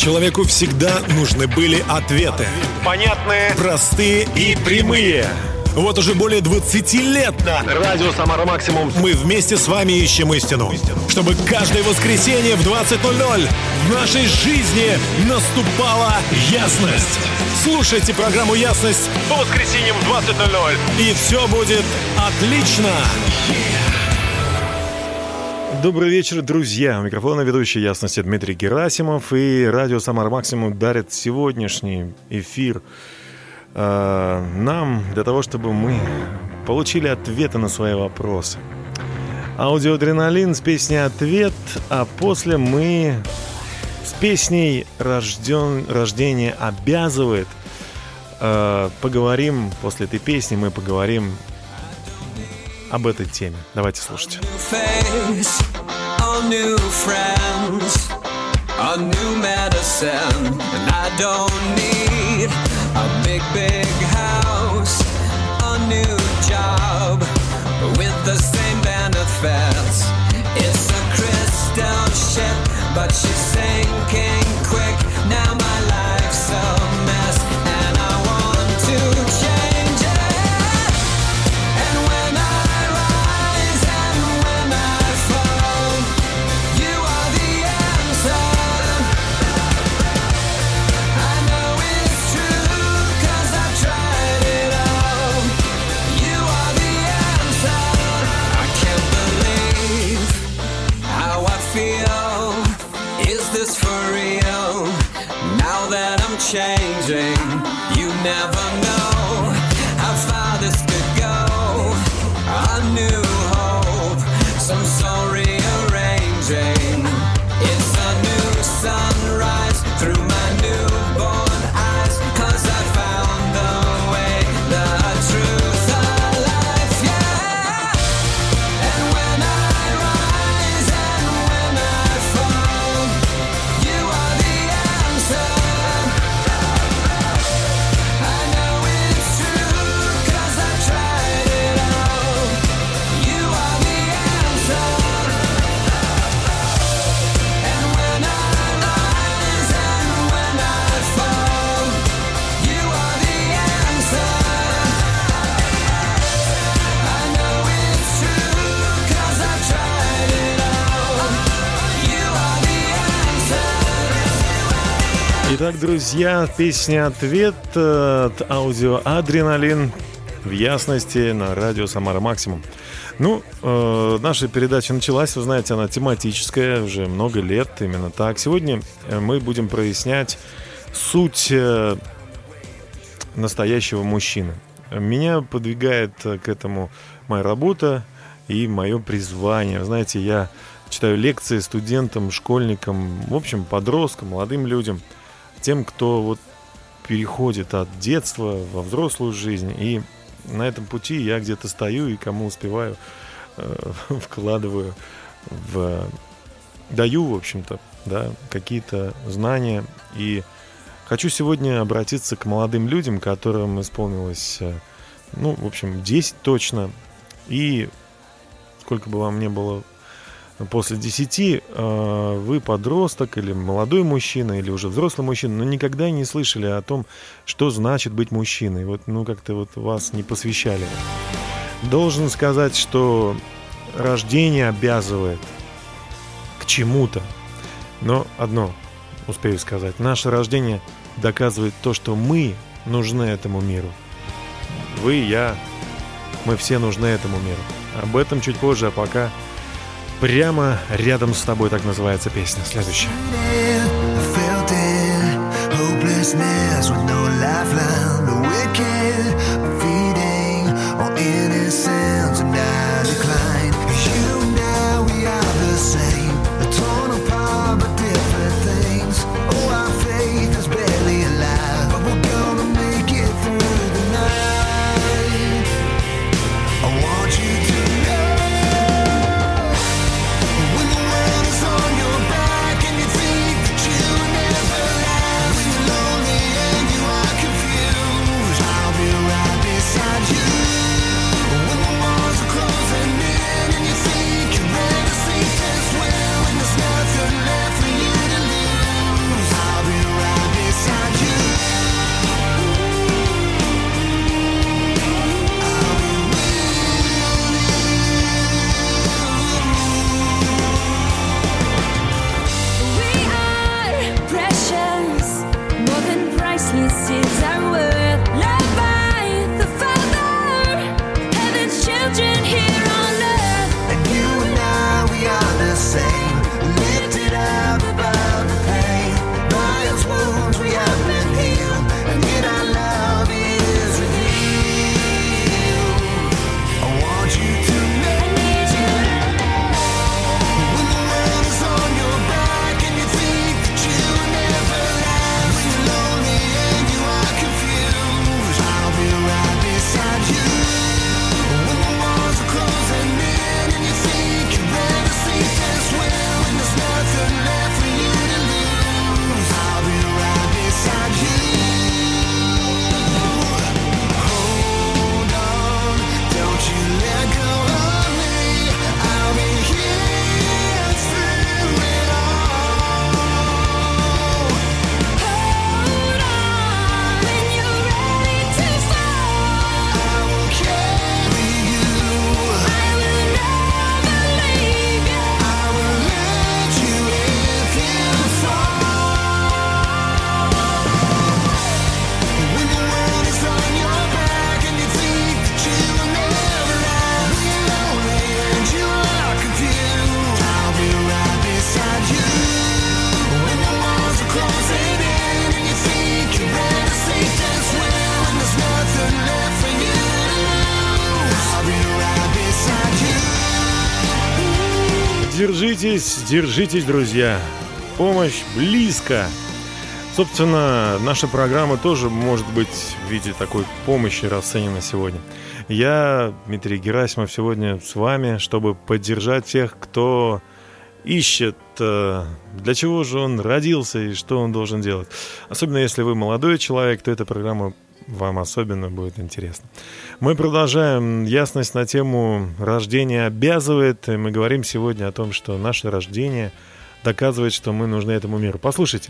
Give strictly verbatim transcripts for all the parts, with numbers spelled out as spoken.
Человеку всегда нужны были ответы. Понятные, простые и прямые. Вот уже более двадцати лет на радио «Самара Максимум» мы вместе с вами ищем истину. Чтобы каждое воскресенье в двадцать ноль ноль в нашей жизни наступала ясность. Слушайте программу «Ясность» по воскресеньям в двадцать ноль ноль, и все будет отлично. Добрый вечер, друзья. У микрофона ведущий «Ясности» Дмитрий Герасимов. И радио «Самара Максимум» дарит сегодняшний эфир э, нам для того, чтобы мы получили ответы на свои вопросы. Аудиоадреналин с песней «Ответ», а после мы с песней «Рожден... «Рождение обязывает» э, поговорим. После этой песни мы поговорим об этой теме. Давайте слушать. Changing, you never know how far this could go. A new hope, some soul rearranging. It's a new sunrise through my newborn eyes, 'cause I found the way, the truth of life, yeah. And when I rise and when I fall, you are the answer. Итак, друзья, песня «Ответ» от аудиоадреналин в ясности на радио «Самара Максимум». Ну, э, наша передача началась, вы знаете, она тематическая, уже много лет, именно так. Сегодня мы будем прояснять суть э, настоящего мужчины. Меня подвигает к этому моя работа и мое призвание. Вы знаете, я читаю лекции студентам, школьникам, в общем, подросткам, молодым людям, тем, кто вот переходит от детства во взрослую жизнь. И на этом пути я где-то стою и кому успеваю, э, вкладываю, в, даю, в общем-то, да, какие-то знания. И хочу сегодня обратиться к молодым людям, которым исполнилось, ну, в общем, десять точно. И сколько бы вам ни было после десяти, вы подросток или молодой мужчина, или уже взрослый мужчина, но никогда не слышали о том, что значит быть мужчиной. Вот, ну, как-то вот вас не посвящали. Должен сказать, что рождение обязывает к чему-то. Но одно успею сказать. Наше рождение доказывает то, что мы нужны этому миру. Вы, я, мы все нужны этому миру. Об этом чуть позже, а пока... Прямо рядом с тобой, так называется песня. Следующая. You Держитесь, держитесь, друзья. Помощь близко. Собственно, наша программа тоже может быть в виде такой помощи расценена сегодня. Я, Дмитрий Герасимов, сегодня с вами, чтобы поддержать всех, кто ищет, для чего же он родился и что он должен делать. Особенно если вы молодой человек, то эта программа вам особенно будет интересна. Мы продолжаем ясность на тему «Рождение обязывает». И мы говорим сегодня о том, что наше рождение доказывает, что мы нужны этому миру. Послушайте,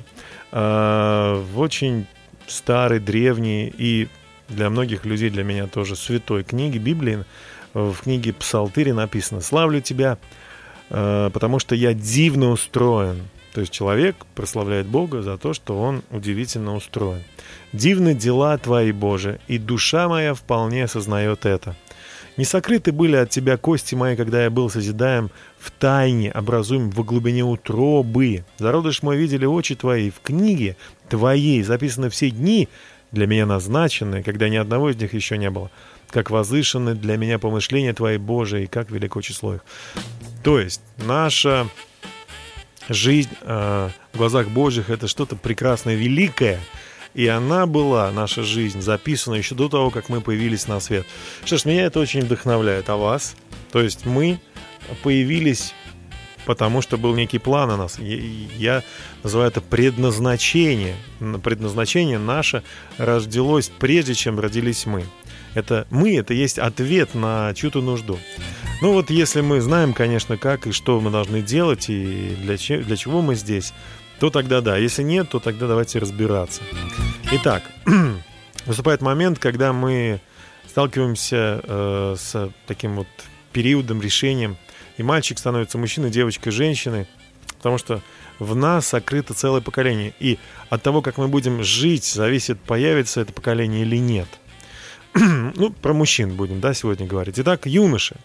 в очень старой, древней и для многих людей, для меня тоже святой книге Библии, в книге Псалтире написано: «Славлю тебя, потому что я дивно устроен». То есть человек прославляет Бога за то, что он удивительно устроен. «Дивны дела твои, Боже, и душа моя вполне осознает это. Не сокрыты были от тебя кости мои, когда я был созидаем в тайне, образуем во глубине утробы. Зародыш мой видели очи твои, в книге твоей записаны все дни, для меня назначенные, когда ни одного из них еще не было. Как возвышены для меня помышления твои, Боже, и как велико число их». То есть наша жизнь э, в глазах Божьих — это что-то прекрасное, великое. И она была, наша жизнь, записана еще до того, как мы появились на свет. Что ж, меня это очень вдохновляет. А вас? То есть мы появились, потому что был некий план о нас. Я, я называю это предназначение. Предназначение наше родилось прежде, чем родились мы. Это мы, это есть ответ на чью-то нужду. Ну вот если мы знаем, конечно, как и что мы должны делать, и для, че, для чего мы здесь, то тогда да. Если нет, то тогда давайте разбираться. Итак, наступает момент, когда мы сталкиваемся э, с таким вот периодом, решением, и мальчик становится мужчиной, девочкой, женщиной, потому что в нас сокрыто целое поколение. И от того, как мы будем жить, зависит, появится это поколение или нет. Ну, про мужчин будем, да, сегодня говорить. Итак, юноши.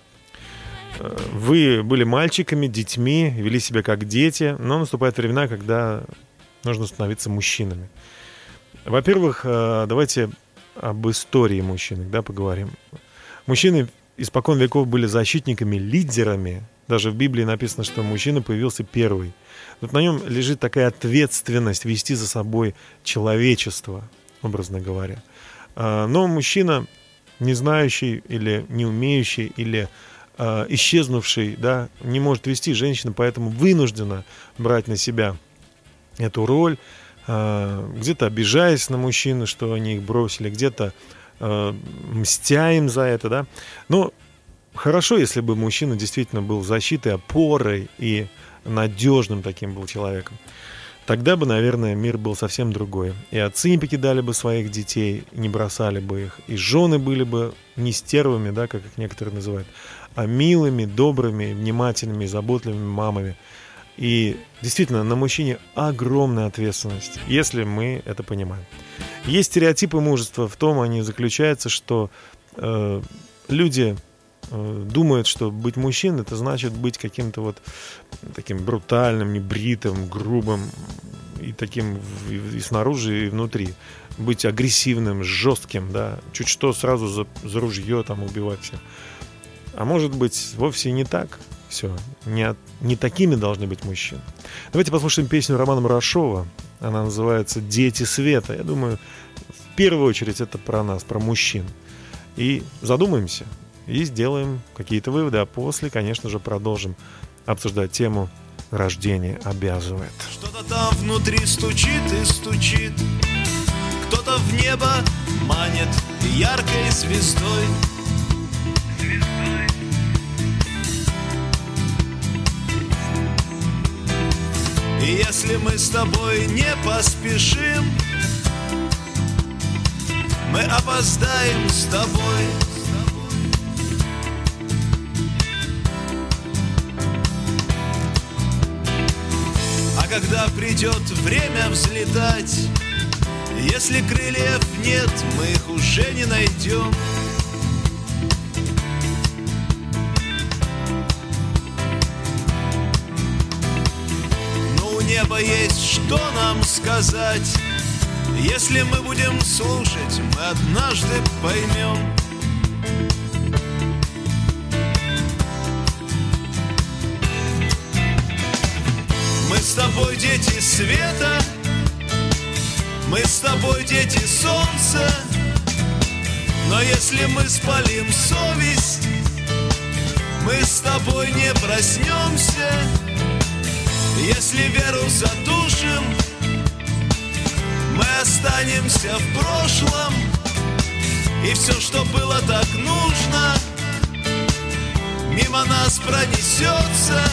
Вы были мальчиками, детьми, вели себя как дети, но наступают времена, когда нужно становиться мужчинами. Во-первых, давайте об истории мужчин, да, поговорим. Мужчины испокон веков были защитниками, лидерами. Даже в Библии написано, что мужчина появился первый. Вот на нем лежит такая ответственность вести за собой человечество, образно говоря. Но мужчина, не знающий или не умеющий, или э, исчезнувший, да, не может вести, женщина поэтому вынуждена брать на себя эту роль, э, где-то обижаясь на мужчину, что они их бросили, где-то э, мстя им за это, да. Но хорошо, если бы мужчина действительно был защитой, опорой и надежным таким был человеком. Тогда бы, наверное, мир был совсем другой. И отцы не покидали бы своих детей, не бросали бы их. И жены были бы не стервами, да, как их некоторые называют, а милыми, добрыми, внимательными, заботливыми мамами. И действительно, на мужчине огромная ответственность, если мы это понимаем. Есть стереотипы мужества, в том они заключаются, что э, люди э, думают, что быть мужчиной — это значит быть каким-то вот таким брутальным, небритым, грубым и таким и, и снаружи, и внутри. Быть агрессивным, жестким, да, чуть что сразу за, за ружье там убивать всех. А может быть, вовсе не так все. Не, от, не такими должны быть мужчины. Давайте послушаем песню Романа Мурашова. Она называется «Дети света». Я думаю, в первую очередь это про нас, про мужчин. И задумаемся, и сделаем какие-то выводы. А после, конечно же, продолжим обсуждать тему «Рождение обязывает». Что-то там внутри стучит и стучит, кто-то в небо манит яркой звездой. И если мы с тобой не поспешим, мы опоздаем с тобой. А когда придет время взлетать, если крыльев нет, мы их уже не найдем. Небо есть что нам сказать. Если мы будем слушать, мы однажды поймем. с тобой дети света, мы с тобой дети солнца. Но если мы спалим совесть, мы с тобой не проснемся. Если веру задушим, мы останемся в прошлом. И все, что было так нужно, мимо нас пронесется.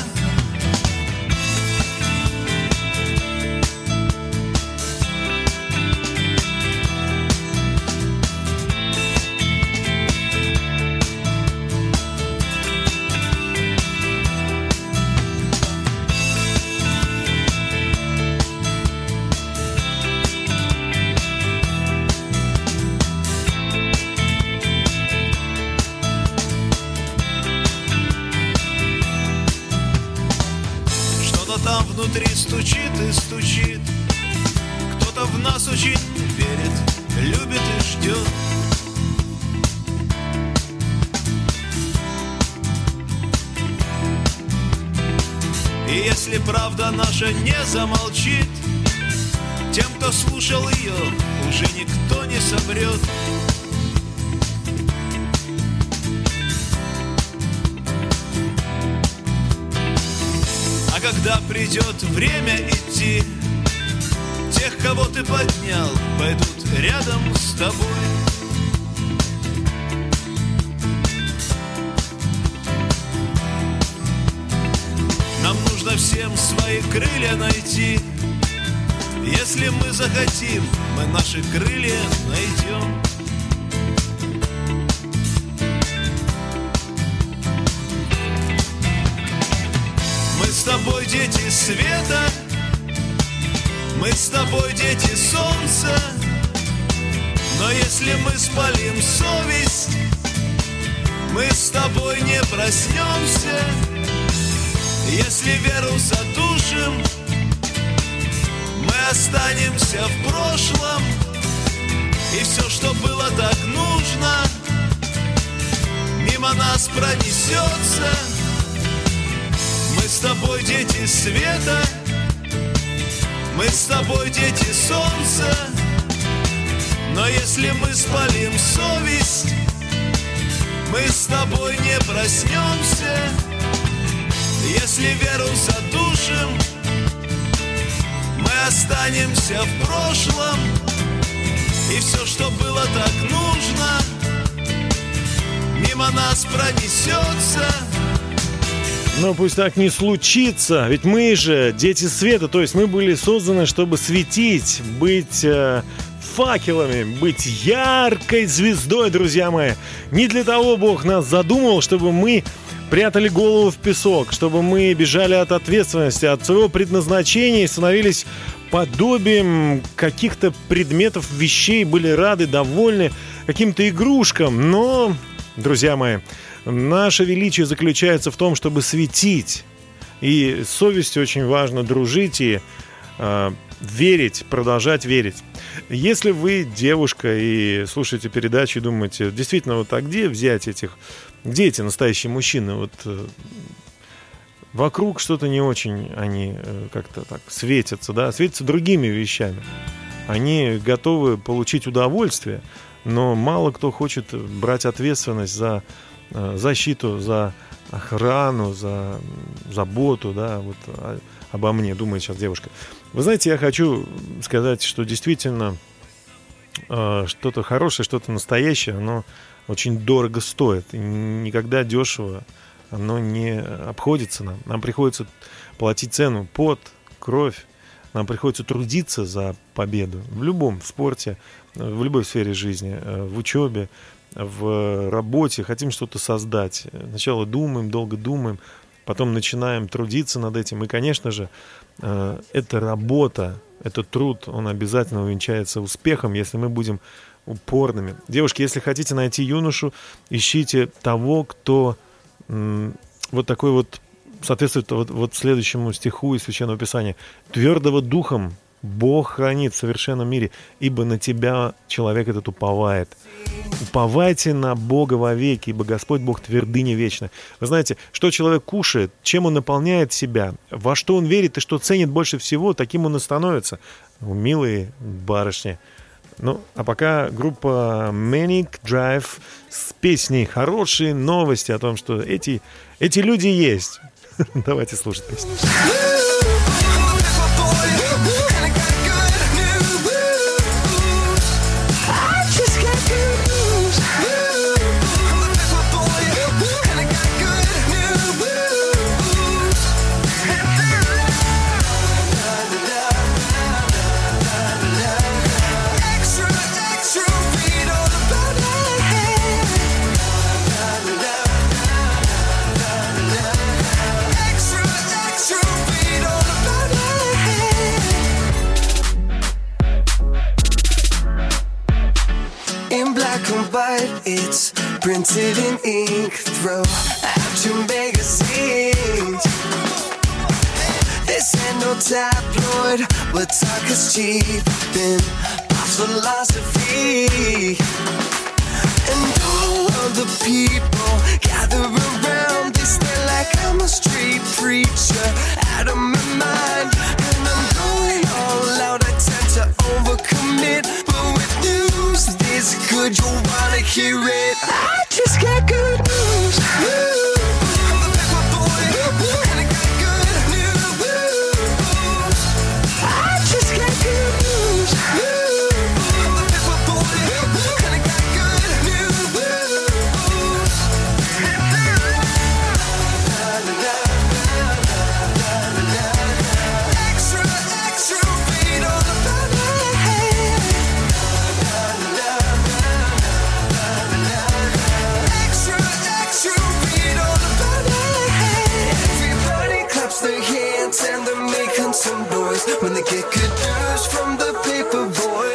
Там внутри стучит и стучит. Кто-то в нас очень верит, любит и ждет. И если правда наша не замолчит, тем, кто слушал ее, уже никто не соврет. А когда придет время идти, тех, кого ты поднял, пойдут рядом с тобой. Нам нужно всем свои крылья найти. Если мы захотим, мы наши крылья найдем. Мы с тобой дети света, мы с тобой дети солнца. Но если мы спалим совесть, мы с тобой не проснемся. Если веру задушим, мы останемся в прошлом. И все, что было так нужно, мимо нас пронесется. Мы с тобой дети света, мы с тобой дети солнца. Но если мы спалим совесть, мы с тобой не проснемся. Если веру задушим, мы останемся в прошлом. И все, что было так нужно, мимо нас пронесется. Но пусть так не случится, ведь мы же дети света, то есть мы были созданы, чтобы светить, быть э, факелами, быть яркой звездой, друзья мои. Не для того Бог нас задумал, чтобы мы прятали голову в песок, чтобы мы бежали от ответственности, от своего предназначения и становились подобием каких-то предметов, вещей, были рады, довольны каким-то игрушкам. Но, друзья мои, наше величие заключается в том, чтобы светить. И с совестью очень важно дружить и э, верить, продолжать верить. Если вы девушка и слушаете передачу и думаете, действительно, вот а где взять этих... Где эти настоящие мужчины? Вот э, вокруг что-то не очень они э, как-то так светятся, да, светятся другими вещами. Они готовы получить удовольствие, но мало кто хочет брать ответственность за э, защиту, за охрану, за заботу, да, вот а, обо мне, думает сейчас девушка. Вы знаете, я хочу сказать, что действительно э, что-то хорошее, что-то настоящее, оно очень дорого стоит. И никогда дешево оно не обходится нам. Нам приходится платить цену, пот, кровь. Нам приходится трудиться за победу. В любом спорте, в любой сфере жизни, в учебе, в работе. Хотим что-то создать. Сначала думаем, долго думаем, потом начинаем трудиться над этим. И, конечно же, эта работа, этот труд, он обязательно увенчается успехом, если мы будем упорными. Девушки, если хотите найти юношу, ищите того, кто м, вот такой вот соответствует вот, вот следующему стиху из Священного Писания. Твердого духом Бог хранит в совершенном мире, ибо на тебя человек этот уповает. Уповайте на Бога вовеки, ибо Господь Бог твердыня вечная. Вы знаете, что человек кушает, чем он наполняет себя, во что он верит и что ценит больше всего, таким он и становится. Милые барышни. Ну, а пока группа Manic Drive с песней «Хорошие новости» о том, что эти, эти люди есть. Давайте слушать песню. It's printed in ink, throw out your magazines. This ain't no tabloid, but talk is cheap, then pop philosophy. And all of the people gather around, they stare like I'm a street preacher, out of my mind. And I'm going all out, I tend to overcommit, but with news this good, you'll wanna hear it. I just got good news. Woo. I'm a paper boy, and I got good news. I just got good news. Woo. I'm a paper boy, and I got good news. Extra, extra, read all about it. Extra, extra, read all about it. Everybody claps their hands and they're making some noise when they get good news from the paper boy.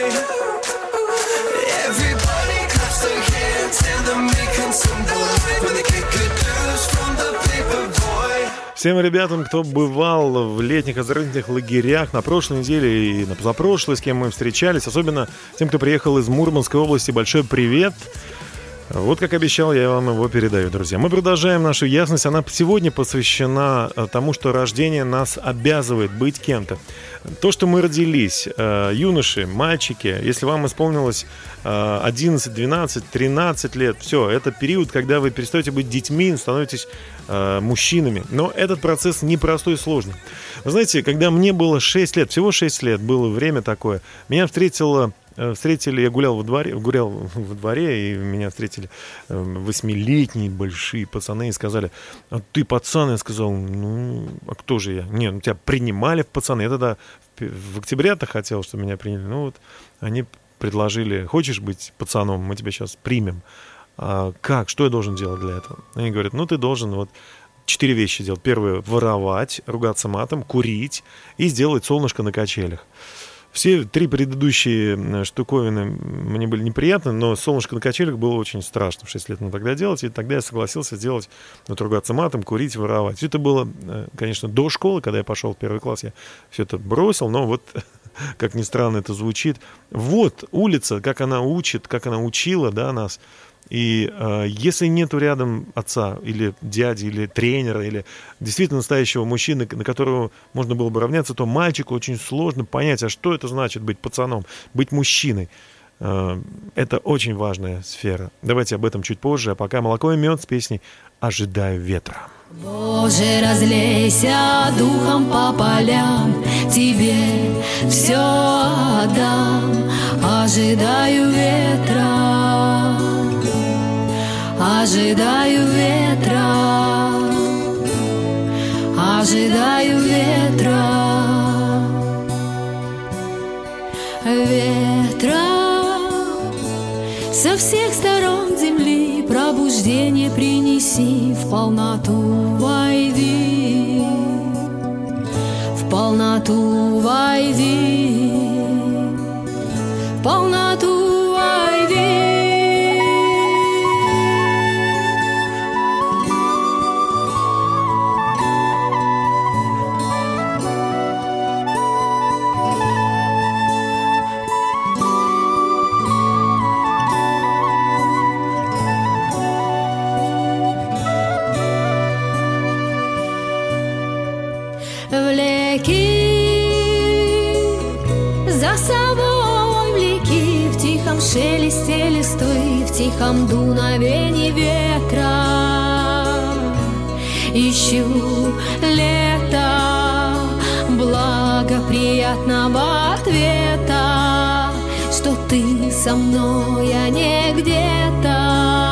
Everybody claps their hands and they're making some noise when they get good news from the paper boy. Всем ребятам, кто бывал в летних оздоровительных лагерях на прошлой неделе и на позапрошлой, с кем мы встречались, особенно тем, кто приехал из Мурманской области, большой привет. Вот как обещал, я вам его передаю, друзья. Мы продолжаем нашу ясность. Она сегодня посвящена тому, что рождение нас обязывает быть кем-то. То, что мы родились, юноши, мальчики, если вам исполнилось одиннадцать, двенадцать, тринадцать лет, все, это период, когда вы перестаете быть детьми, становитесь мужчинами. Но этот процесс непростой и сложный. Вы знаете, когда мне было шесть лет, всего шесть лет, было время такое, меня встретила... Встретили, я гулял во дворе, гулял во дворе, и меня встретили восьмилетние большие пацаны и сказали: а ты пацан? Я сказал: ну, а кто же я? Нет, ну тебя принимали в пацаны. Я тогда в октябре-то хотел, чтобы меня приняли. Ну вот, они предложили: хочешь быть пацаном, мы тебя сейчас примем. А как? Что я должен делать для этого? Они говорят: ну ты должен вот четыре вещи делать. Первое — воровать, ругаться матом, курить и сделать солнышко на качелях. Все три предыдущие штуковины мне были неприятны, но солнышко на качелях было очень страшно в шесть лет, но тогда делать, и тогда я согласился сделать, вот, ругаться матом, курить, воровать. Все это было, конечно, до школы, когда я пошел в первый класс, я все это бросил, но вот, как ни странно это звучит, вот улица, как она учит, как она учила, да, нас. И э, если нету рядом отца или дяди, или тренера, или действительно настоящего мужчины, на которого можно было бы равняться, то мальчику очень сложно понять, а что это значит быть пацаном, быть мужчиной. Э, это очень важная сфера. Давайте об этом чуть позже, а пока «Молоко и мед» с песней «Ожидаю ветра». Боже, разлейся духом по полям, тебе все отдам, ожидаю ветра. Ожидаю ветра, ожидаю ветра, ветра со всех сторон земли, пробуждение принеси, в полноту войди, в полноту войди, в полноту войди. за собой влеки в тихом шелесте листвы, в тихом дуновении ветра. Ищу лето благоприятного ответа, что ты со мной, а не где-то.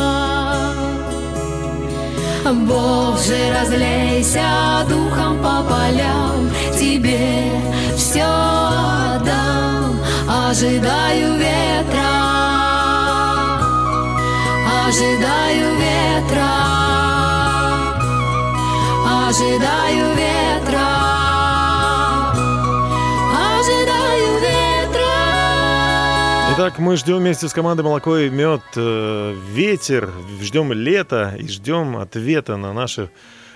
Боже, разлейся духом по полям, тебе все отдам. Ожидаю ветра, ожидаю ветра, ожидаю ветра, ожидаю ветра. Итак, мы ждем вместе с командой «Молоко и мед» э, ветер, ждем лета и ждем ответа на наши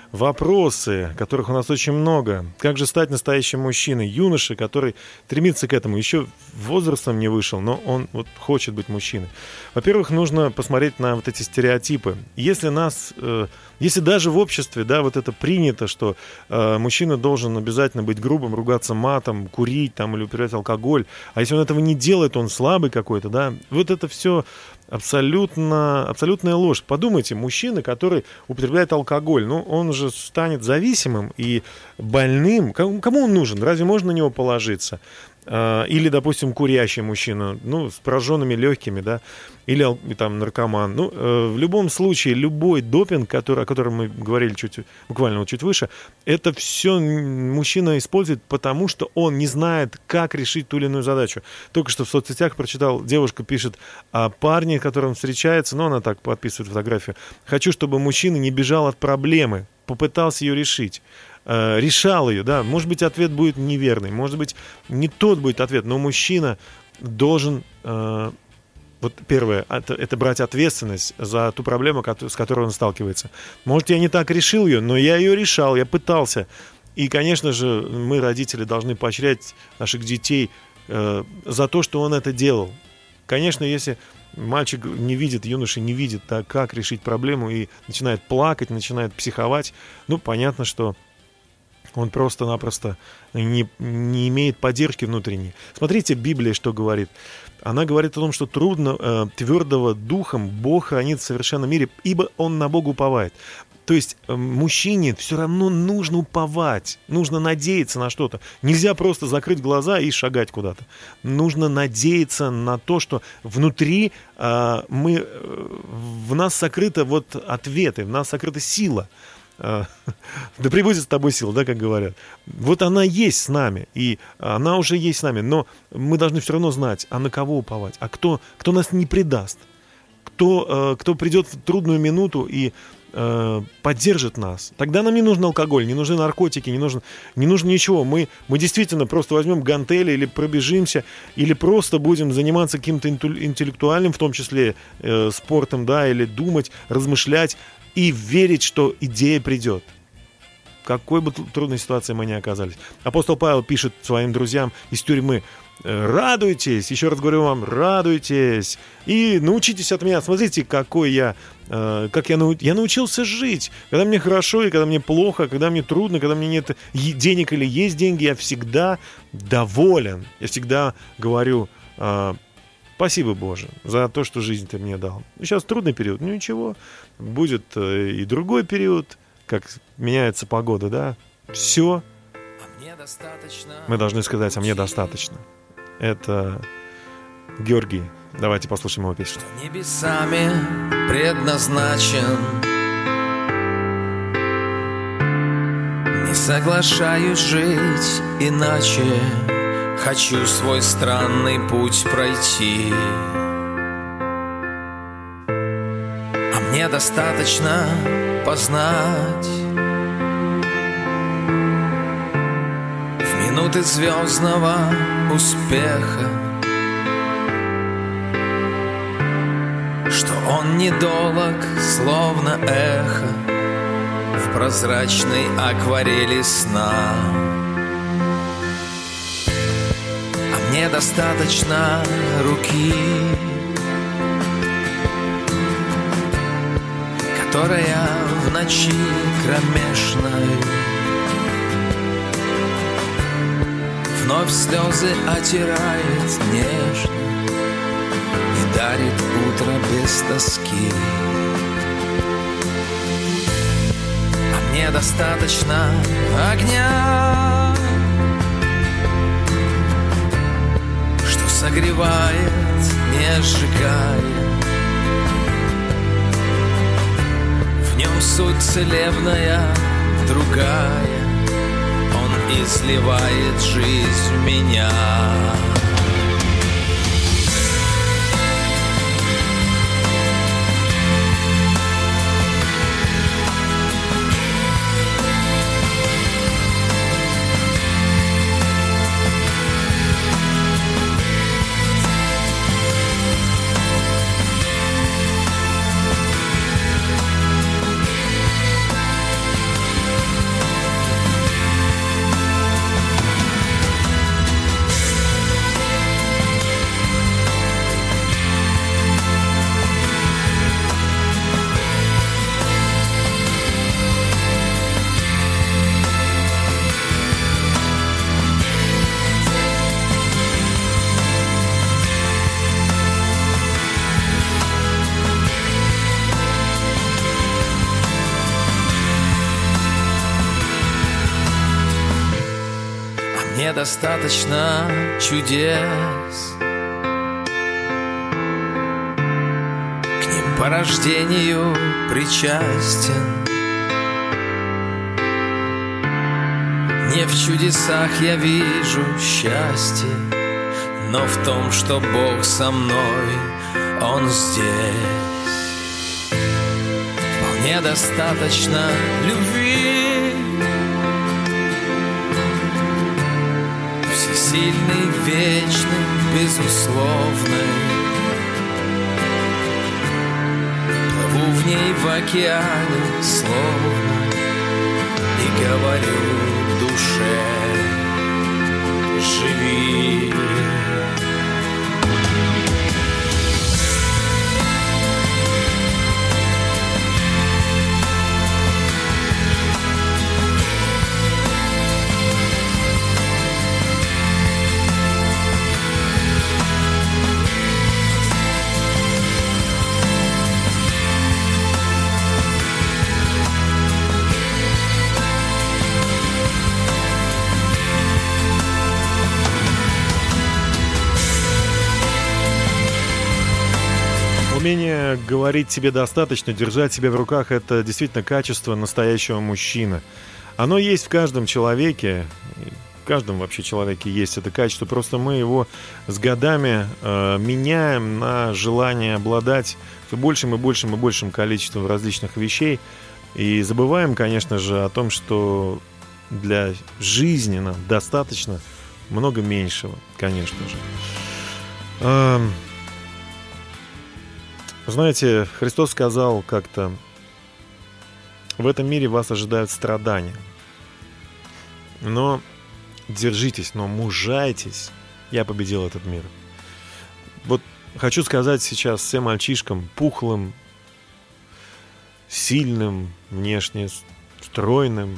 вопросы, которых у нас очень много. Как же стать настоящим мужчиной? Юноша, который стремится к этому, еще возрастом не вышел, но он вот хочет быть мужчиной. Во-первых, нужно посмотреть на вот эти стереотипы. Если нас, э, если даже в обществе, да, вот это принято, что э, мужчина должен обязательно быть грубым, ругаться матом, курить там или употреблять алкоголь, а если он этого не делает, он слабый какой-то, да, вот это все абсолютно, абсолютная ложь. Подумайте, мужчина, который употребляет алкоголь, ну, он же станет зависимым и больным. Кому, кому он нужен? Разве можно на него положиться? Или, допустим, курящий мужчина, ну, с пораженными легкими, да, или там наркоман. Ну, в любом случае, любой допинг, который, о котором мы говорили чуть, буквально вот чуть выше, это все мужчина использует, потому что он не знает, как решить ту или иную задачу. Только что в соцсетях прочитал, девушка пишет о парне, с которым встречается, но она так подписывает фотографию. Хочу, чтобы мужчина не бежал от проблемы, попытался ее решить. Решал ее, да, может быть, ответ будет неверный, может быть, не тот будет ответ, но мужчина должен, э, вот первое, это, это брать ответственность за ту проблему, с которой он сталкивается. Может, я не так решил ее, но я ее решал, я пытался. И, конечно же, мы, родители, должны поощрять наших детей э, за то, что он это делал. Конечно, если мальчик не видит, юноша не видит, да, как решить проблему и начинает плакать, начинает психовать, ну, понятно, что он просто-напросто не, не имеет поддержки внутренней. Смотрите, Библия что говорит. Она говорит о том, что трудно э, твердого духом Бог хранит в совершенном мире, ибо он на Бога уповает. То есть э, мужчине все равно нужно уповать, нужно надеяться на что-то. Нельзя просто закрыть глаза и шагать куда-то. Нужно надеяться на то, что внутри э, мы, э, в нас сокрыты вот ответы, в нас сокрыта сила. Да пребудет с тобой сила, да, как говорят. Вот она есть с нами, и она уже есть с нами, но мы должны все равно знать, а на кого уповать, а кто, кто нас не предаст, кто, кто придет в трудную минуту и э, поддержит нас. Тогда нам не нужен алкоголь, не нужны наркотики, не нужно, не нужно ничего. Мы, мы действительно просто возьмем гантели или пробежимся, или просто будем заниматься каким-то интеллектуальным, в том числе э, спортом, да, или думать, размышлять, и верить, что идея придет. В какой бы трудной ситуации мы ни оказались. Апостол Павел пишет своим друзьям из тюрьмы: радуйтесь, еще раз говорю вам, радуйтесь и научитесь от меня. Смотрите, какой я, э, как я, нау... я научился жить. Когда мне хорошо и когда мне плохо, когда мне трудно, когда мне нет денег или есть деньги, я всегда доволен. Я всегда говорю: э, спасибо, Боже, за то, что жизнь ты мне дал. Сейчас трудный период, ну ничего, будет э, и другой период, как меняется погода, да. Все. Мы должны сказать: а мне достаточно. Это Георгий. Давайте послушаем его песню. Небесами предназначен, не соглашаюсь жить иначе. Хочу свой странный путь пройти, а мне достаточно познать в минуты звездного успеха, что он недолог, словно эхо в прозрачной акварели сна. Мне достаточно руки, которая в ночи кромешной вновь слезы отирает нежно и дарит утро без тоски. А мне достаточно огня, что согревает, не сжигая. В нем суть целебная, другая. Он изливает жизнь в меня. Достаточно чудес, к ним по рождению причастен. Не в чудесах я вижу счастье, но в том, что Бог со мной, Он здесь. Вполне достаточно любви, сильный, вечный, безусловный. Плыву в ней в океане словно и говорю душе: живи. Умение говорить себе достаточно, держать себя в руках — это действительно качество настоящего мужчины. Оно есть в каждом человеке, в каждом вообще человеке есть это качество, просто мы его с годами э, меняем на желание обладать все большим и большим и большим количеством различных вещей. И забываем, конечно же, о том, что для жизни нам достаточно много меньшего, конечно же. Эм... Знаете, Христос сказал как-то: в этом мире вас ожидают страдания, но держитесь, но мужайтесь, я победил этот мир. Вот хочу сказать сейчас всем мальчишкам, пухлым, сильным, внешне стройным,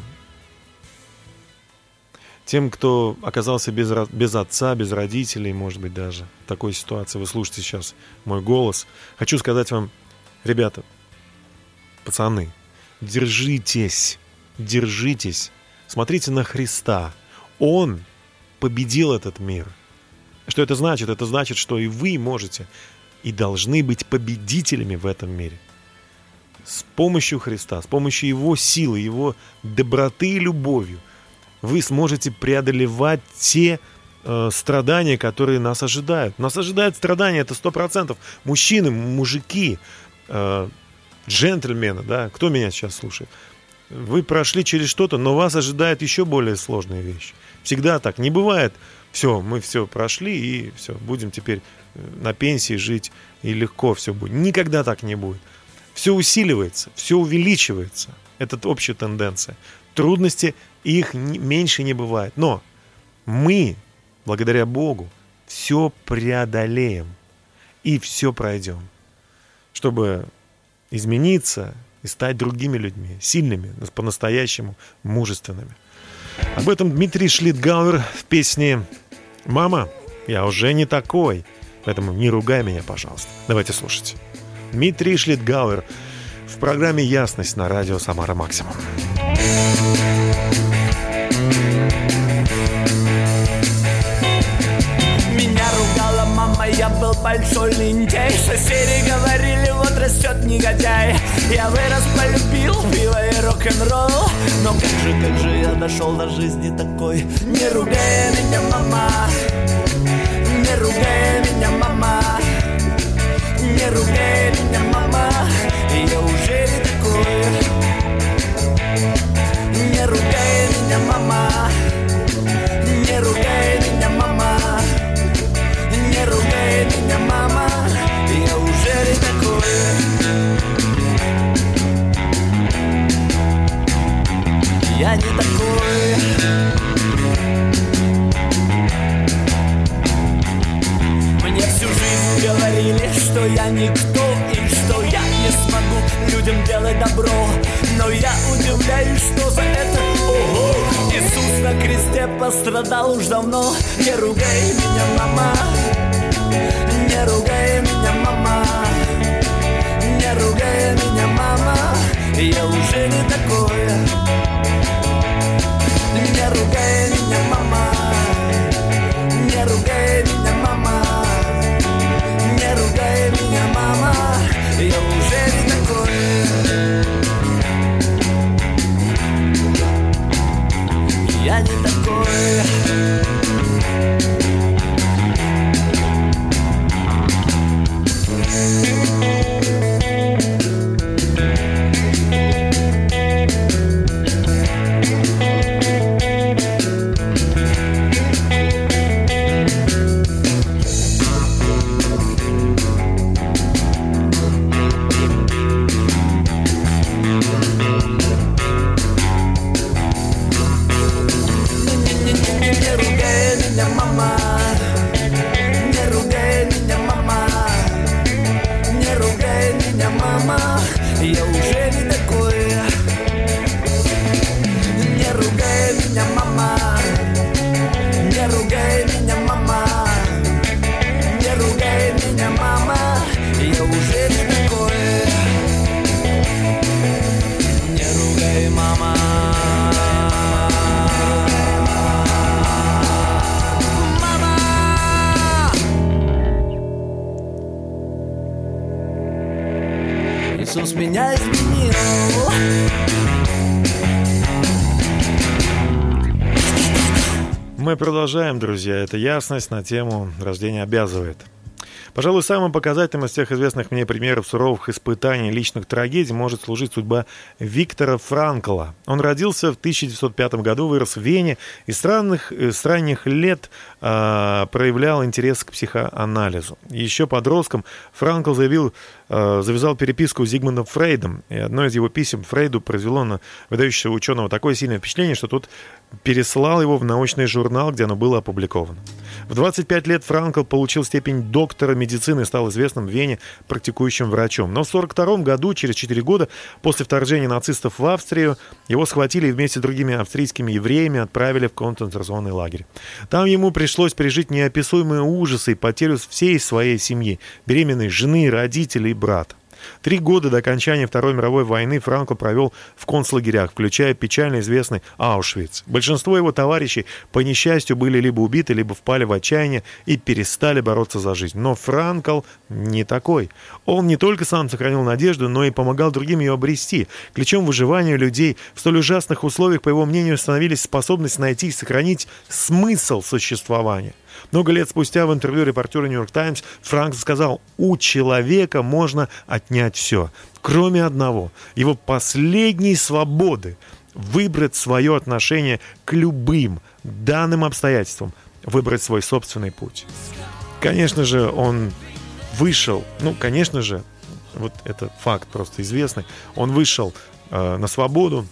тем, кто оказался без, без отца, без родителей, может быть, даже в такой ситуации, вы слушаете сейчас мой голос, хочу сказать вам: ребята, пацаны, держитесь, держитесь, смотрите на Христа. Он победил этот мир. Что это значит? Это значит, что и вы можете и должны быть победителями в этом мире. С помощью Христа, с помощью Его силы, Его доброты и любовью вы сможете преодолевать те э, страдания, которые нас ожидают. Нас ожидают страдания, это сто процентов. Мужчины, мужики, э, джентльмены, да, кто меня сейчас слушает? Вы прошли через что-то, но вас ожидает еще более сложные вещи. Всегда так. Не бывает: все, мы все прошли и все, будем теперь на пенсии жить и легко все будет. Никогда так не будет. Все усиливается, все увеличивается. Это общая тенденция. Трудности, их меньше не бывает. Но мы, благодаря Богу, все преодолеем и все пройдем, чтобы измениться и стать другими людьми, сильными, по-настоящему мужественными. Об этом Дмитрий Шлитгауэр в песне «Мама, я уже не такой, поэтому не ругай меня, пожалуйста». Давайте слушать. Дмитрий Шлитгауэр в программе «Ясность» на радио «Самара Максимум». Меня ругала мама, я был большой лентяй. Соседи говорили, вот растет негодяй. Я вырос, полюбил пиво и рок-н-ролл. Но как же, как же я дошел до жизни такой? Не ругай меня, мама, не ругай меня, мама, не ругай меня, мама, я уже не такой. Не ругай меня, мама, не ругай меня, мама, не ругай меня, мама, я уже не такой. Я не такой. Мне всю жизнь говорили, что я никто и что я не смогу людям делать добро. Но я удивляюсь, что за это, ого, Иисус на кресте пострадал уж давно. Не ругай меня, мама, не ругай меня, мама, не ругай меня, мама, я уже не такой. Не ругай меня, мама, не ругай меня, мама, не ругай меня, мама, я уже не такой. Я не такой. Иисус меня изменил. Мы продолжаем, друзья. Это «Ясность» на тему «Рождение обязывает». Пожалуй, самым показательным из всех известных мне примеров суровых испытаний личных трагедий может служить судьба Виктора Франкла. Он родился в тысяча девятьсот пятом году, вырос в Вене и с ранних, с ранних лет э, проявлял интерес к психоанализу. Еще подростком Франкл заявил, э, завязал переписку с Зигмундом Фрейдом, и одно из его писем Фрейду произвело на выдающегося ученого такое сильное впечатление, что тот переслал его в научный журнал, где оно было опубликовано. В двадцать пять лет Франкл получил степень доктора медицины и стал известным в Вене практикующим врачом. Но в сорок втором году, через четыре года после вторжения нацистов в Австрию, его схватили и вместе с другими австрийскими евреями отправили в концентрационный лагерь. Там ему пришлось пережить неописуемые ужасы и потерю всей своей семьи, беременной жены, родителей и брата. Три года до окончания Второй мировой войны Франкл провел в концлагерях, включая печально известный Аушвиц. Большинство его товарищей, по несчастью, были либо убиты, либо впали в отчаяние и перестали бороться за жизнь. Но Франкл не такой. Он не только сам сохранил надежду, но и помогал другим ее обрести. Ключом выживания людей в столь ужасных условиях, по его мнению, становились способность найти и сохранить смысл существования. Много лет спустя в интервью репортеру «Нью-Йорк Таймс» Франкл сказал: «У человека можно отнять все, кроме одного – его последней свободы выбрать свое отношение к любым данным обстоятельствам, выбрать свой собственный путь». Конечно же, он вышел, ну, конечно же, вот это факт просто известный, он вышел э, на свободу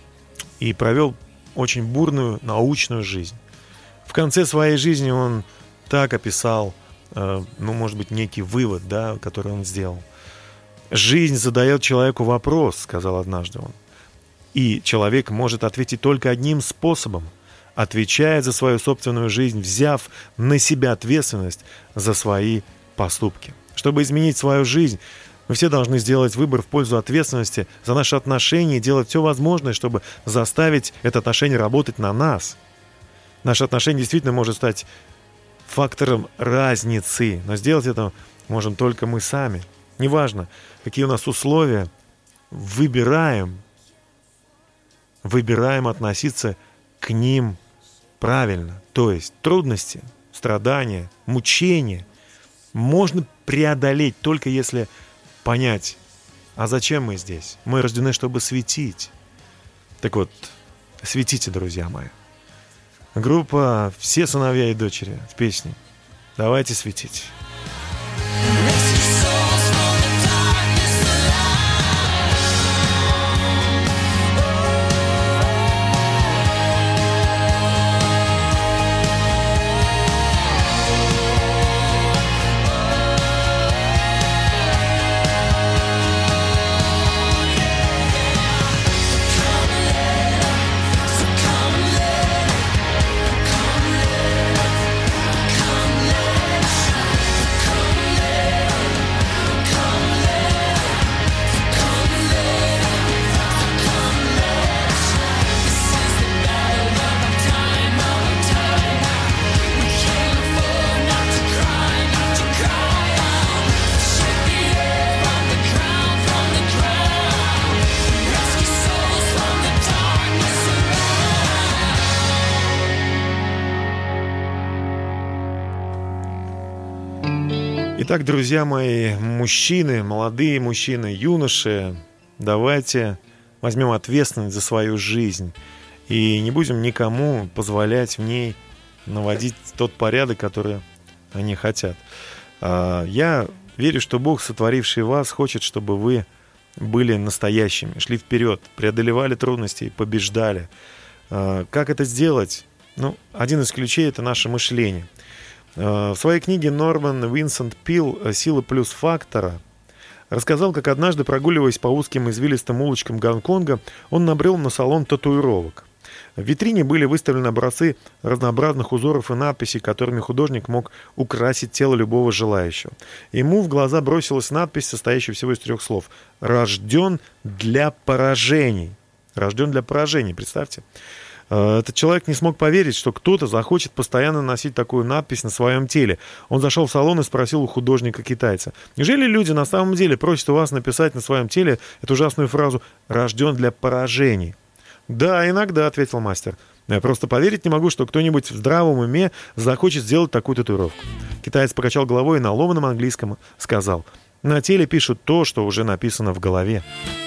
и провел очень бурную научную жизнь. В конце своей жизни он так описал, э, ну, может быть, некий вывод, да, который он сделал. «Жизнь задает человеку вопрос», — сказал однажды он. «И человек может ответить только одним способом. отвечает за свою собственную жизнь, взяв на себя ответственность за свои поступки. Чтобы изменить свою жизнь, мы все должны сделать выбор в пользу ответственности за наши отношения и делать все возможное, чтобы заставить это отношение работать на нас. Наше отношение действительно может стать фактором разницы, но сделать это можем только мы сами. Неважно, какие у нас условия, выбираем, выбираем относиться к ним правильно. То есть трудности, страдания, мучения можно преодолеть только если понять, а зачем мы здесь? Мы рождены, чтобы светить. Так вот, светите, друзья мои. Группа «Все сыновья и дочери» в песне «Давайте светить». Итак, друзья мои, мужчины, молодые мужчины, юноши, давайте возьмем ответственность за свою жизнь и не будем никому позволять в ней наводить тот порядок, который они хотят. Я верю, что Бог, сотворивший вас, хочет, чтобы вы были настоящими, шли вперед, преодолевали трудности и побеждали. Как это сделать? Ну, один из ключей – это наше мышление. В своей книге Норман Винсент Пил «Сила плюс фактора» рассказал, как однажды, прогуливаясь по узким извилистым улочкам Гонконга, он набрел на салон татуировок. В витрине были выставлены образцы разнообразных узоров и надписей, которыми художник мог украсить тело любого желающего. Ему в глаза бросилась надпись, состоящая всего из трех слов: «Рожден для поражений». Рожден для поражений, представьте. Этот человек не смог поверить, что кто-то захочет постоянно носить такую надпись на своем теле. Он зашел в салон и спросил у художника-китайца: «Неужели люди на самом деле просят у вас написать на своем теле эту ужасную фразу «рожден для поражений»?» «Да, иногда», — ответил мастер. «Но я просто поверить не могу, что кто-нибудь в здравом уме захочет сделать такую татуировку». Китаец покачал головой и на ломаном английском сказал: «На теле пишут то, что уже написано в голове».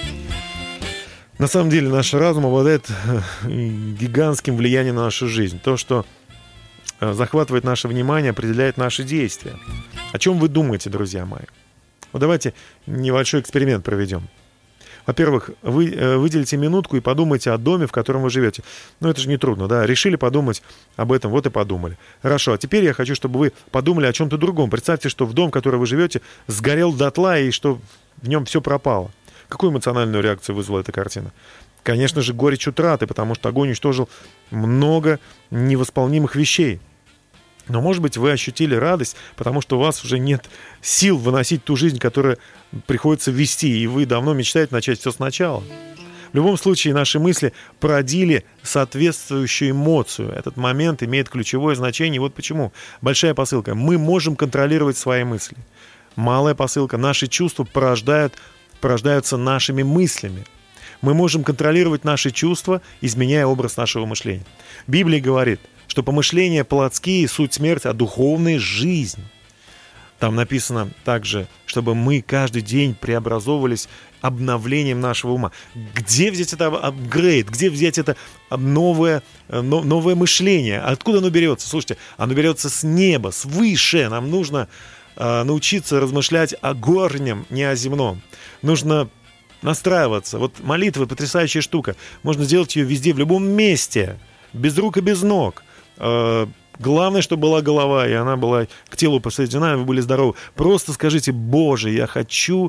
На самом деле наш разум обладает гигантским влиянием на нашу жизнь. То, что захватывает наше внимание, определяет наши действия. О чем вы думаете, друзья мои? Вот давайте небольшой эксперимент проведем. Во-первых, вы выделите минутку и подумайте о доме, в котором вы живете. Ну, это же не трудно, да? Решили подумать об этом, вот и подумали. Хорошо, а теперь я хочу, чтобы вы подумали о чем-то другом. Представьте, что в дом, в который вы живете, сгорел дотла и что в нем все пропало. Какую эмоциональную реакцию вызвала эта картина? Конечно же, горечь утраты, потому что огонь уничтожил много невосполнимых вещей. Но, может быть, вы ощутили радость, потому что у вас уже нет сил выносить ту жизнь, которую приходится вести, и вы давно мечтаете начать все сначала. В любом случае, наши мысли породили соответствующую эмоцию. Этот момент имеет ключевое значение. Вот почему. Большая посылка. Мы можем контролировать свои мысли. Малая посылка. Наши чувства порождают порождаются нашими мыслями. Мы можем контролировать наши чувства, изменяя образ нашего мышления. Библия говорит, что помышления плотские — суть смерть, а духовная — жизнь. Там написано также, чтобы мы каждый день преобразовывались обновлением нашего ума. Где взять это апгрейд? Где взять это новое, новое мышление? Откуда оно берется? Слушайте, оно берется с неба, свыше. Нам нужно научиться размышлять о горнем, не о земном. Нужно настраиваться. Вот молитва — потрясающая штука. Можно сделать ее везде, в любом месте. Без рук и без ног. Главное, чтобы была голова, и она была к телу посоединена, и вы были здоровы. Просто скажите: «Боже, я хочу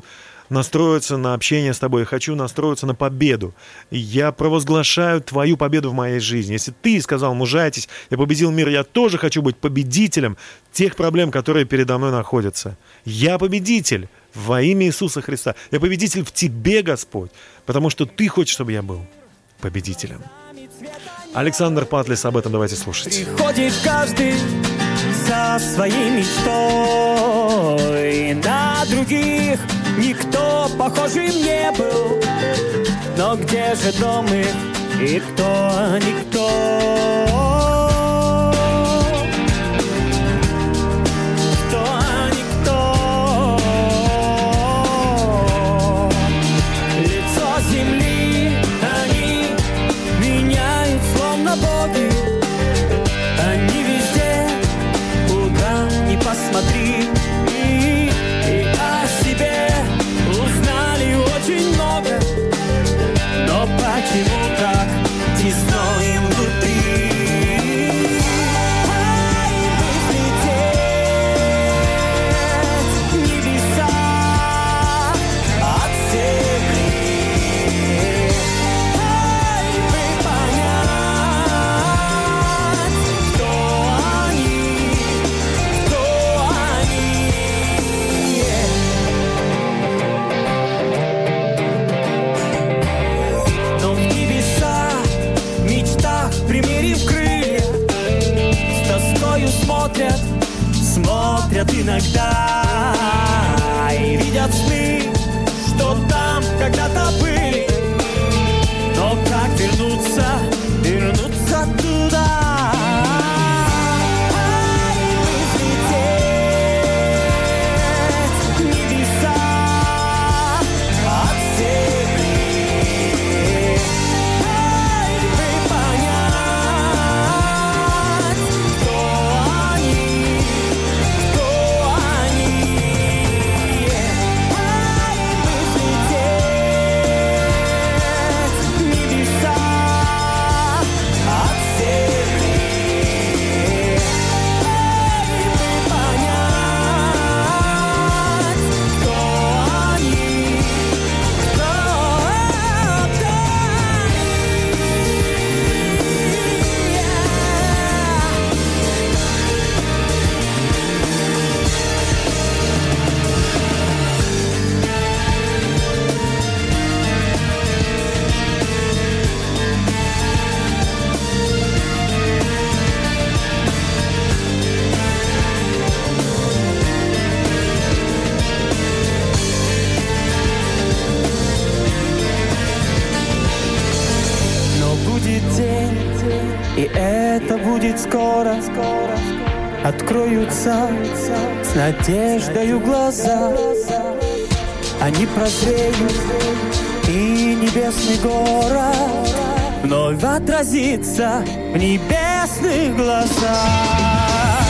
настроиться на общение с тобой, я хочу настроиться на победу. Я провозглашаю твою победу в моей жизни. Если ты сказал, мужайтесь, я победил мир, я тоже хочу быть победителем тех проблем, которые передо мной находятся. Я победитель во имя Иисуса Христа. Я победитель в тебе, Господь, потому что ты хочешь, чтобы я был победителем. Александр Патлис, об этом давайте слушать. Приходит каждый со своей мечтой, на других никто похожим не был. Но где же дом их и кто, никто? Кто, никто? Лицо земли они меняют словно боги. Они везде, куда ни посмотри, и, и о себе узнали очень много. Но почему так тесно им внутри? Ай, взлететь в небеса от земли. Ай, бы понять, кто они, кто они. Но в небеса, в мечтах, примерив крылья, с тоскою смотрят, смотрят иногда и видят сны, что там когда-то были. Но как вернуться, вернуться туда? Ай, взлететь в небеса от земли. Ай, бы понять, кто они, кто они. Ай, бы взлететь в небеса от земли. Ай, бы понять, кто они, кто Но будет день, и это будет скоро. Откроются с надеждою глаза. Они прозреют, и небесный город вновь отразится в небесных глазах.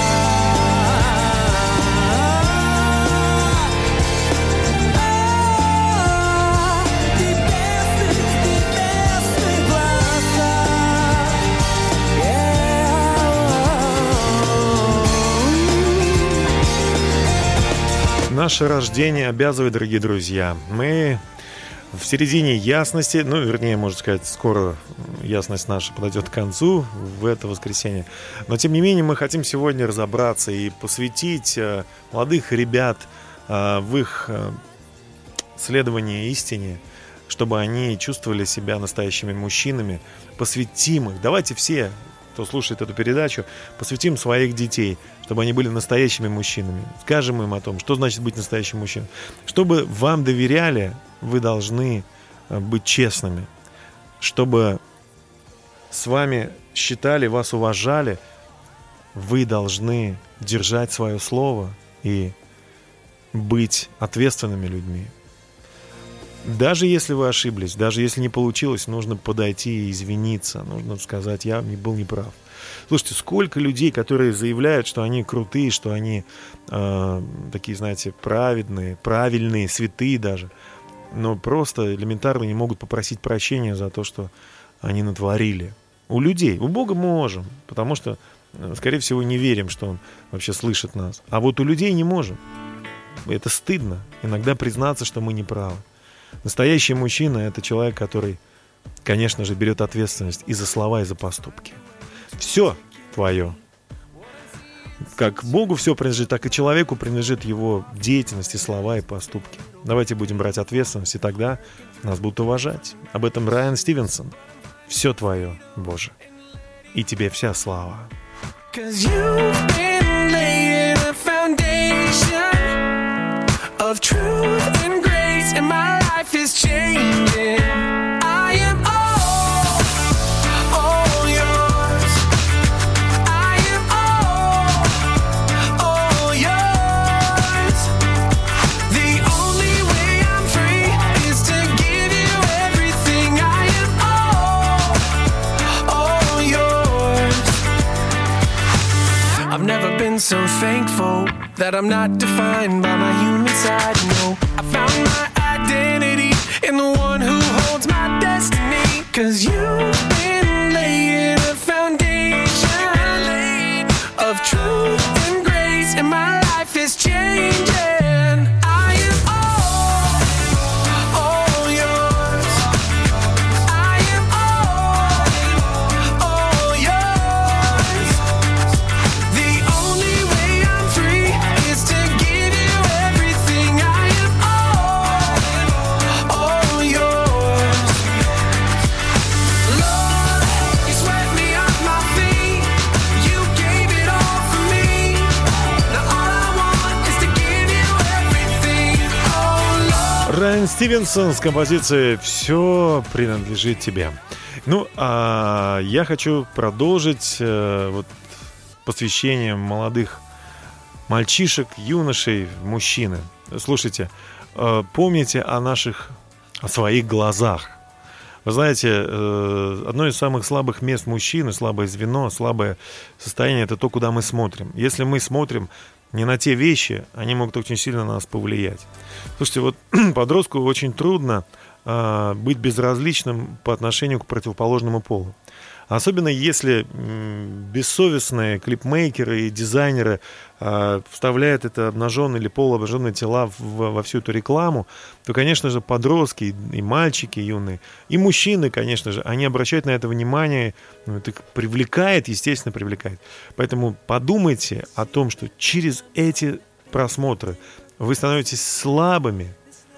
Наше рождение обязывает, дорогие друзья. Мы в середине ясности, ну, вернее, можно сказать, скоро ясность наша подойдет к концу в это воскресенье. Но, тем не менее, мы хотим сегодня разобраться и посвятить э, молодых ребят э, в их э, следовании истине, чтобы они чувствовали себя настоящими мужчинами. Посвятим их. Давайте все, кто слушает эту передачу, посвятим своих детей, чтобы они были настоящими мужчинами. Скажем им о том, что значит быть настоящим мужчиной. Чтобы вам доверяли, вы должны быть честными. Чтобы с вами считали, вас уважали, вы должны держать свое слово и быть ответственными людьми. Даже если вы ошиблись, даже если не получилось, нужно подойти и извиниться. Нужно сказать, я не был неправ. Слушайте, сколько людей, которые заявляют, что они крутые, что они э, такие, знаете, праведные, правильные, святые даже, но просто элементарно не могут попросить прощения за то, что они натворили. У людей, у Бога можем, потому что, скорее всего, не верим, что Он вообще слышит нас. А вот у людей не можем. это стыдно. Иногда признаться, что мы не правы. Настоящий мужчина — это человек, который, конечно же, берет ответственность и за слова, и за поступки. Все твое. Как Богу все принадлежит, так и человеку принадлежит его деятельность, и слова, и поступки. Давайте будем брать ответственность, и тогда нас будут уважать. Об этом Брайан Стивенсон. Все твое, Боже. И тебе вся слава. Cause you've been laying a foundation of truth and grace, and my life is changing. I am all, all yours. I am all, all yours. The only way I'm free is to give you everything. I am all, all yours. I've never been so thankful that I'm not defined by my human side. No, I found my identity in the one who holds my destiny. Cause you've been laying a foundation of truth and grace, and my life is changing. I am all, all yours. I am all, all yours. The only way I'm free is to give you everything. I am all, all yours. Lord, you swept me off my feet. You gave it all for me. Now all I want is to give you everything. Oh, Lord. Брайан Стивенсон с композицией «Все принадлежит тебе». Ну, а я хочу продолжить э, вот, посвящением молодых мальчишек, юношей, мужчины. Слушайте, э, помните о наших, о своих глазах. Вы знаете, э, одно из самых слабых мест мужчины, слабое звено, слабое состояние — это то, куда мы смотрим. Если мы смотрим не на те вещи, они могут очень сильно на нас повлиять. Слушайте, вот подростку очень трудно э, быть безразличным по отношению к противоположному полу. Особенно если м, бессовестные клипмейкеры и дизайнеры э, вставляют это обнаженные или полуобнаженные тела в, во всю эту рекламу, то, конечно же, подростки и мальчики юные, и мужчины, конечно же, они обращают на это внимание, ну, это привлекает, естественно, привлекает. Поэтому подумайте о том, что через эти просмотры вы становитесь слабыми,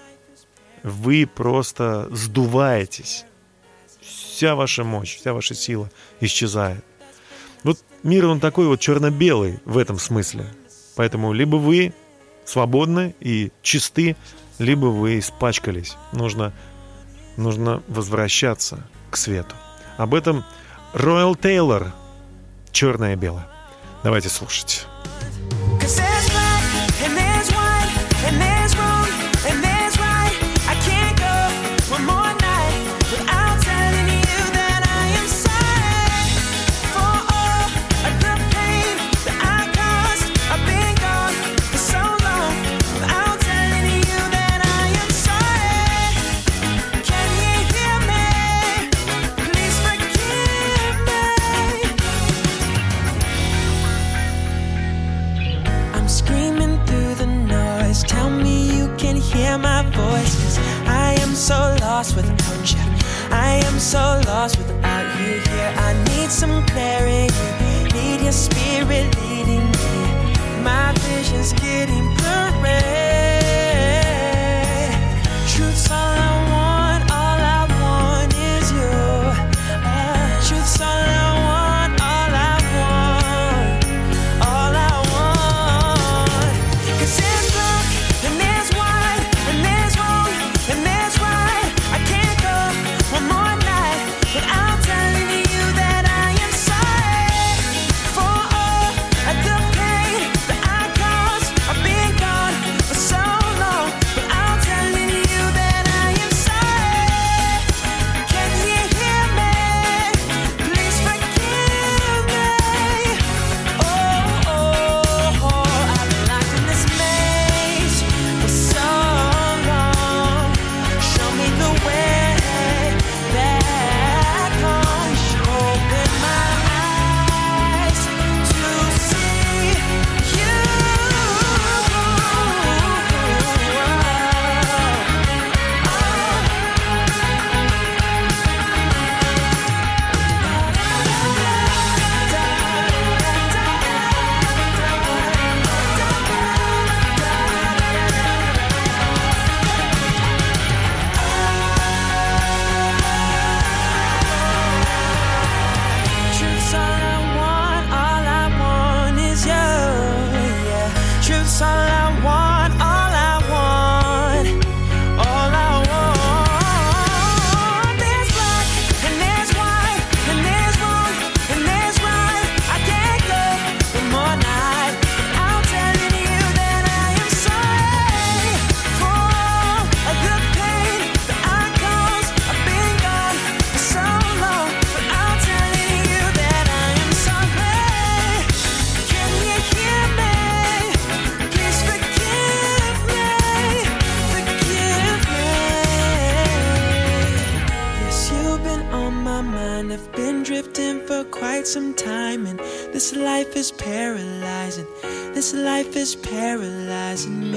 вы просто сдуваетесь. Вся ваша мощь, вся ваша сила исчезает. Вот мир, он такой вот черно-белый в этом смысле. Поэтому либо вы свободны и чисты, либо вы испачкались. Нужно, нужно возвращаться к свету. Об этом Роэл Тейлор «Черное и белое». Давайте слушать. Cause there's black and there's white and there's wrong and there's right. I can't go one more night without telling you that I am sorry for all of the pain that I caused. I've been gone for so long without telling you that I am sorry. Can you hear me? Please forgive me. I'm screaming through the noise. Tell me you can hear my voice. Cause I am so lost without you. I am so lost without you here. I need some clarity. Need your spirit leading me. My vision's getting blurry. Truth's all I want. All I want is you. Uh, truth's all I want. All I want. All I want. Cause there's black and there's white and there's wrong and there's right. I can't go one more night without telling you that I am sorry for all of the pain that I caused. truth's all I want, all I want, all I want. There's black and there's white and there's wrong and there's right. I can't go one more night without telling you that I am sorry for all of the pain that I caused. I've been gone for so long without telling you that I am sorry. Can you hear me? Please forgive me, forgive me. Yes, you've been on my mind. I've been drifting for quite some time, and this life is paralyzing. This life is paralyzing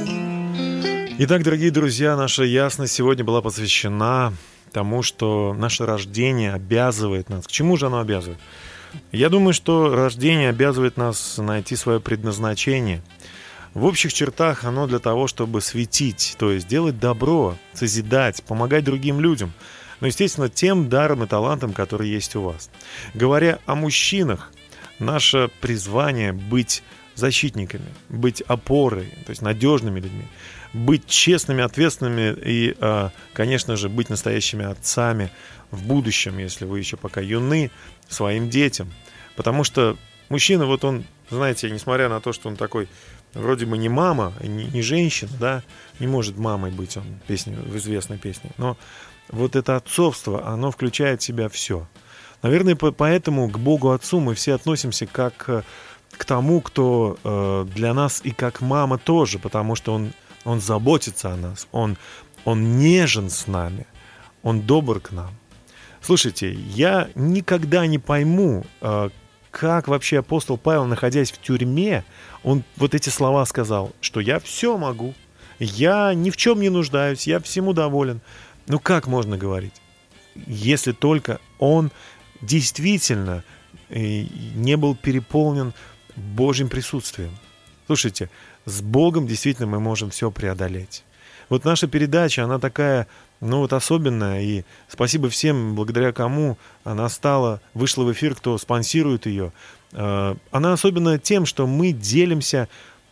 me. Итак, дорогие друзья, наша ясность сегодня была посвящена тому, что наше рождение обязывает нас. К чему же оно обязывает? Я думаю, что рождение обязывает нас найти свое предназначение. В общих чертах оно для того, чтобы светить, то есть делать добро, созидать, помогать другим людям. Но, естественно, тем даром и талантом, который есть у вас. Говоря о мужчинах, наше призвание быть защитниками, быть опорой, то есть надежными людьми, быть честными, ответственными и, конечно же, быть настоящими отцами в будущем, если вы еще пока юны, своим детям. Потому что мужчина, вот он, знаете, несмотря на то, что он такой вроде бы не мама, не, не женщина, да, не может мамой быть, он песня, в известной песне, но вот это отцовство, оно включает в себя все. Наверное, поэтому к Богу Отцу мы все относимся как к тому, кто э, для нас и как мама тоже, потому что он, он заботится о нас, он, он нежен с нами, он добр к нам. Слушайте, я никогда не пойму, э, как вообще апостол Павел, находясь в тюрьме, он вот эти слова сказал, что я все могу, я ни в чем не нуждаюсь, я всему доволен. Ну как можно говорить, если только он действительно не был переполнен Божьим присутствием? Слушайте, с Богом действительно мы можем все преодолеть. Вот наша передача, она такая, ну вот особенная, и спасибо всем, благодаря кому она стала, вышла в эфир, кто спонсирует ее. Она особенная тем, что мы делимся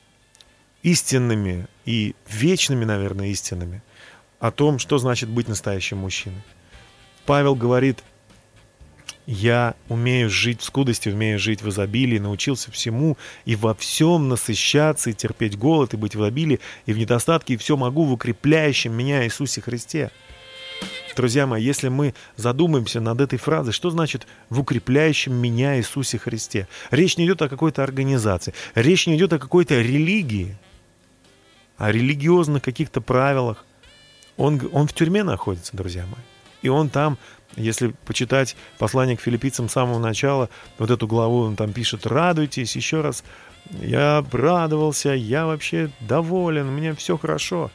истинными и вечными, наверное, истинами о том, что значит быть настоящим мужчиной. Павел говорит: я умею жить в скудости, умею жить в изобилии, научился всему и во всем насыщаться, и терпеть голод, и быть в обилии, и в недостатке, и все могу в укрепляющем меня Иисусе Христе. Друзья мои, если мы задумаемся над этой фразой, что значит «в укрепляющем меня Иисусе Христе»? Речь не идет о какой-то организации, речь не идет о какой-то религии, о религиозных каких-то правилах. Он, он в тюрьме находится, друзья мои. И он там, если почитать послание к филиппийцам с самого начала, вот эту главу он там пишет: радуйтесь, еще раз, я радовался, я вообще доволен, у меня все хорошо.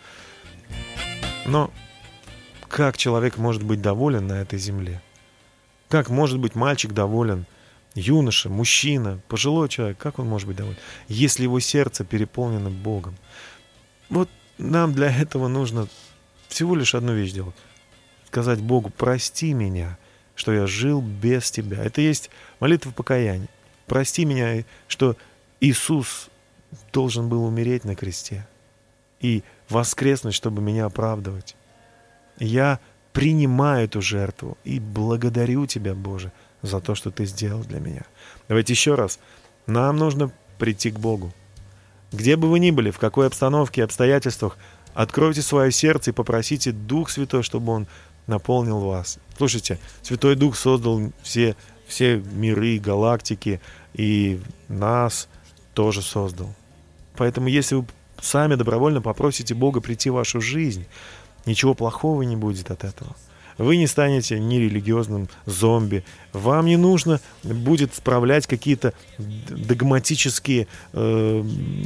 Но как человек может быть доволен на этой земле? Как может быть мальчик доволен, юноша, мужчина, пожилой человек, как он может быть доволен, если его сердце переполнено Богом? Вот нам для этого нужно всего лишь одну вещь делать. Сказать Богу: прости меня, что я жил без Тебя. Это есть молитва покаяния. Прости меня, что Иисус должен был умереть на кресте и воскреснуть, чтобы меня оправдывать. Я принимаю эту жертву и благодарю Тебя, Боже, за то, что Ты сделал для меня. Давайте еще раз. Нам нужно прийти к Богу. Где бы вы ни были, в какой обстановке и обстоятельствах, откройте свое сердце и попросите Дух Святой, чтобы Он наполнил вас. Слушайте, Святой Дух создал все, все миры, галактики, и нас тоже создал. Поэтому если вы сами добровольно попросите Бога прийти в вашу жизнь, ничего плохого не будет от этого. Вы не станете ни религиозным зомби. Вам не нужно будет справлять какие-то догматические э,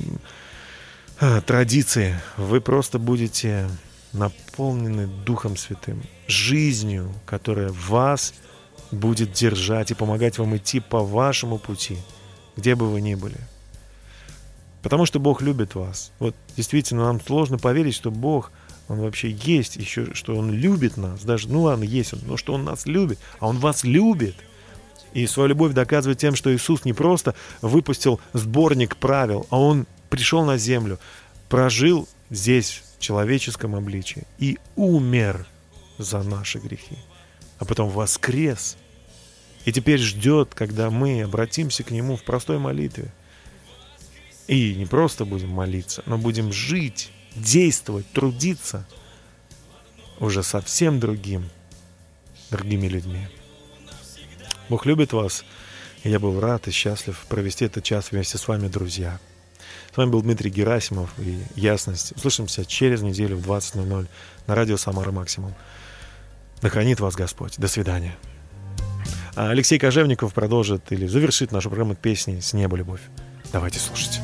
э, традиции. Вы просто будете наполнены Духом Святым, жизнью, которая вас будет держать и помогать вам идти по вашему пути, где бы вы ни были. Потому что Бог любит вас. Вот действительно, нам сложно поверить, что Бог, Он вообще есть, еще что Он любит нас. Даже, ну ладно, есть Он, но что Он нас любит, а Он вас любит. И свою любовь доказывает тем, что Иисус не просто выпустил сборник правил, а Он пришел на землю, прожил здесь в человеческом обличии и умер за наши грехи, а потом воскрес и теперь ждет, когда мы обратимся к Нему в простой молитве. И не просто будем молиться, но будем жить, действовать, трудиться уже совсем другим, другими людьми. Бог любит вас, и я был рад и счастлив провести этот час вместе с вами, друзья. С вами был Дмитрий Герасимов и Ясность. Услышимся через неделю в двадцать ноль ноль на радио «Самара Максимум». Да хранит вас Господь. До свидания. А Алексей Кожевников продолжит или завершит нашу программу песней «С неба любовь». Давайте слушать.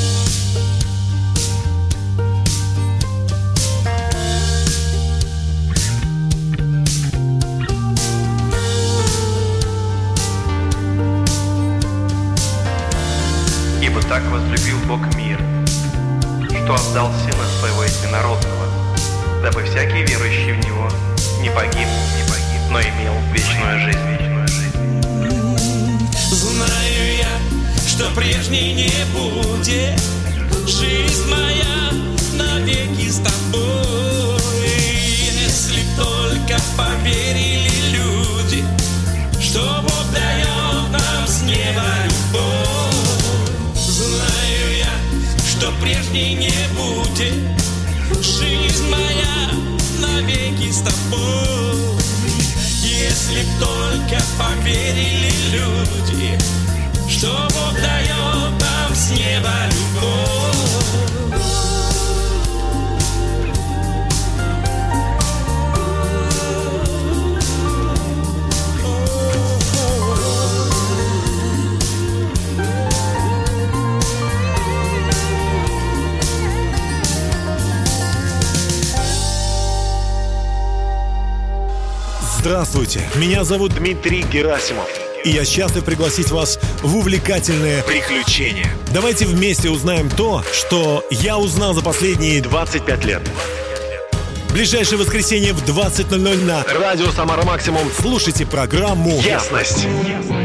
Ибо так возлюбил Бог мир, что отдал Сына Своего Единородного, дабы всякий верующий в Него не погиб, не погиб, но имел вечную жизнь, вечную жизнь. Знаю я, что прежней не будет, жизнь моя навеки с тобой. Если только поверили люди, что Бог дает нам с неба любовь. Знаю я, что прежней не будет, жизнь моя навеки с тобой. Если только поверили люди, что Бог дает нам с неба любовь. Здравствуйте, меня зовут Дмитрий Герасимов, и я счастлив пригласить вас в увлекательное приключение. Давайте вместе узнаем то, что я узнал за последние двадцать пять лет. Ближайшее воскресенье в двадцать ноль ноль на радио «Самара Максимум» слушайте программу «Ясность».